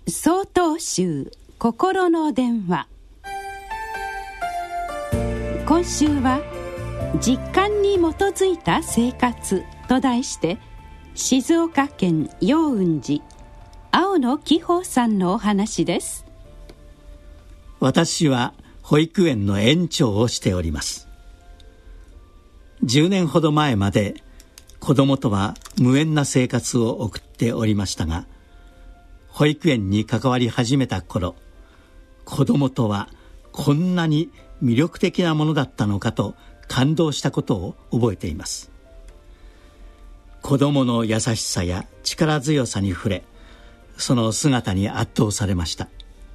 曹洞宗心の電話。今週は実感に基づいた生活と題して、静岡県陽雲寺青野喜宝さんのお話です。 私は保育園の園長をしております。10年ほど前まで子どもとは無縁な生活を送っておりましたが、保育園に関わり始めた頃、子どもとはこんなに魅力的なものだったのかと感動したことを覚えています。子どもの優しさや力強さに触れ、その姿に圧倒されました。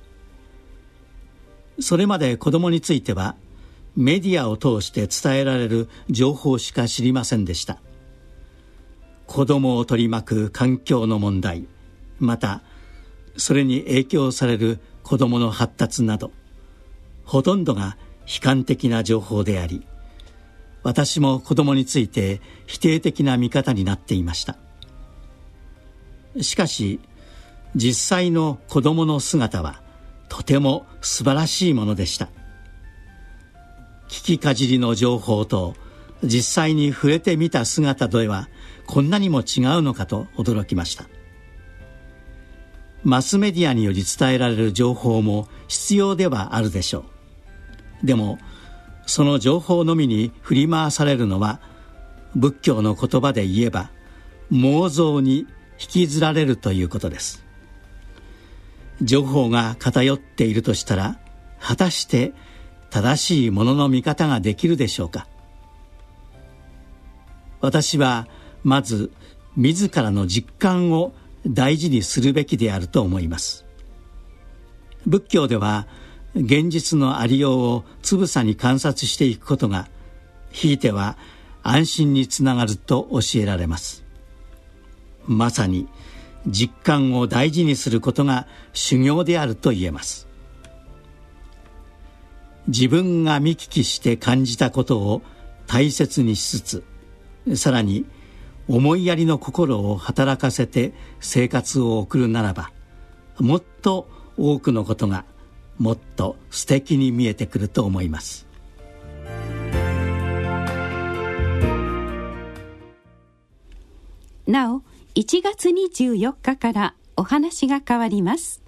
それまで子どもについてはメディアを通して伝えられる情報しか知りませんでした。子どもを取り巻く環境の問題、またそれに影響される子どもの発達など、ほとんどが悲観的な情報であり、私も子どもについて否定的な見方になっていました。しかし実際の子どもの姿はとても素晴らしいものでした。聞きかじりの情報と実際に触れてみた姿ではこんなにも違うのかと驚きました。マスメディアにより伝えられる情報も必要ではあるでしょう。でもその情報のみに振り回されるのは、仏教の言葉で言えば妄想に引きずられるということです。情報が偏っているとしたら、果たして正しいものの見方ができるでしょうか。私はまず自らの実感を大事にするべきであると思います。仏教では現実のありようをつぶさに観察していくことが、ひいては安心につながると教えられます。まさに実感を大事にすることが修行であると言えます。自分が見聞きして感じたことを大切にしつつ、さらに思いやりの心を働かせて生活を送るならば、もっと多くのことがもっと素敵に見えてくると思います。 なお、1月24日からお話が変わります。